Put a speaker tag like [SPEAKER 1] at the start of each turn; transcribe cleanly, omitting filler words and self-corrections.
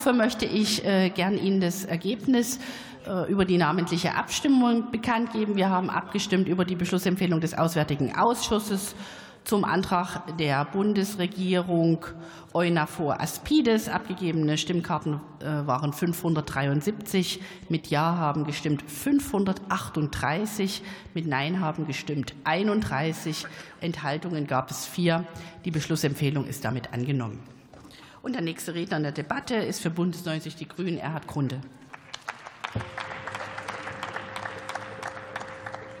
[SPEAKER 1] Dafür möchte ich gern Ihnen das Ergebnis über die namentliche Abstimmung bekannt geben. Wir haben abgestimmt über die Beschlussempfehlung des Auswärtigen Ausschusses zum Antrag der Bundesregierung EUNAVFOR-Aspides. Abgegebene Stimmkarten waren 573. Mit Ja haben gestimmt 538. Mit Nein haben gestimmt 31. Enthaltungen gab es 4. Die Beschlussempfehlung ist damit angenommen. Und der nächste Redner in der Debatte ist für Bündnis 90 Die Grünen Erhard Grunde.